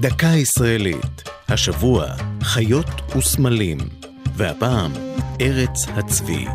דקה ישראלית, השבוע חיות וסמלים, והפעם ארץ הצבי.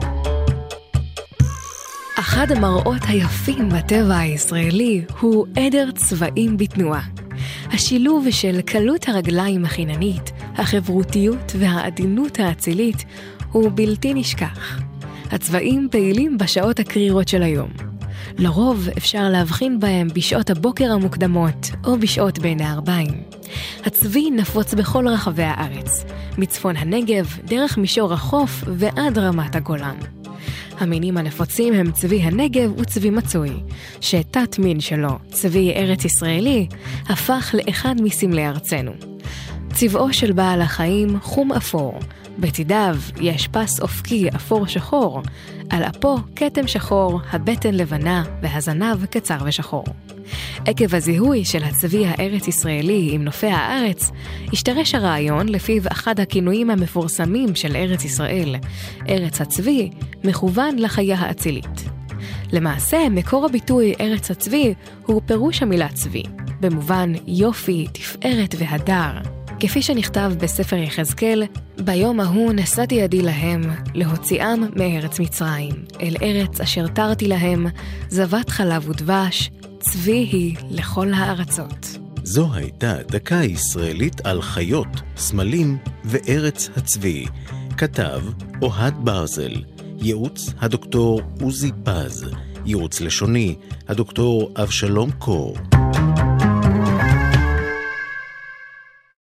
אחד המראות היפים בטבע הישראלי הוא עדר צבעים בתנועה. השילוב של קלות הרגליים החיננית, החברותיות והעדינות האצילית הוא בלתי נשכח. הצבעים פעילים בשעות הקרירות של היום. לרוב אפשר להבחין בהם בשעות הבוקר המוקדמות או בשעות בין הערביים. הצבי נפוץ בכל רחבי הארץ, מצפון הנגב, דרך מישור החוף ועד רמת הגולן. המינים הנפוצים הם צבי הנגב וצבי מצוי, שתת מין שלו, צבי ארץ ישראלי, הפך לאחד מסמלי ארצנו. צבעו של בעל החיים חום אפור, בצדיו יש פס אופקי אפור שחור, על אפו כתם שחור, הבטן לבנה והזנב קצר ושחור. עקב הזיהוי של הצבי הארץ ישראלי עם נופי הארץ, השתרש הרעיון לפיו אחד הכינויים המפורסמים של ארץ ישראל, ארץ הצבי, מכוון לחיה האצילית. למעשה, מקור הביטוי ארץ הצבי הוא פירוש המילה צבי, במובן יופי, תפארת והדר. כפי שנכתב בספר יחזקאל, ביום ההוא נשאתי ידי להם, להוציאם מארץ מצרים, אל ארץ אשר תרתי להם, זבת חלב ודבש, צבי היא לכל הארצות. זו הייתה דקה ישראלית על חיות, סמלים וארץ הצבי. כתב אוהד ברזל, ייעוץ הדוקטור עוזי פז, ייעוץ לשוני הדוקטור אבשלום קור.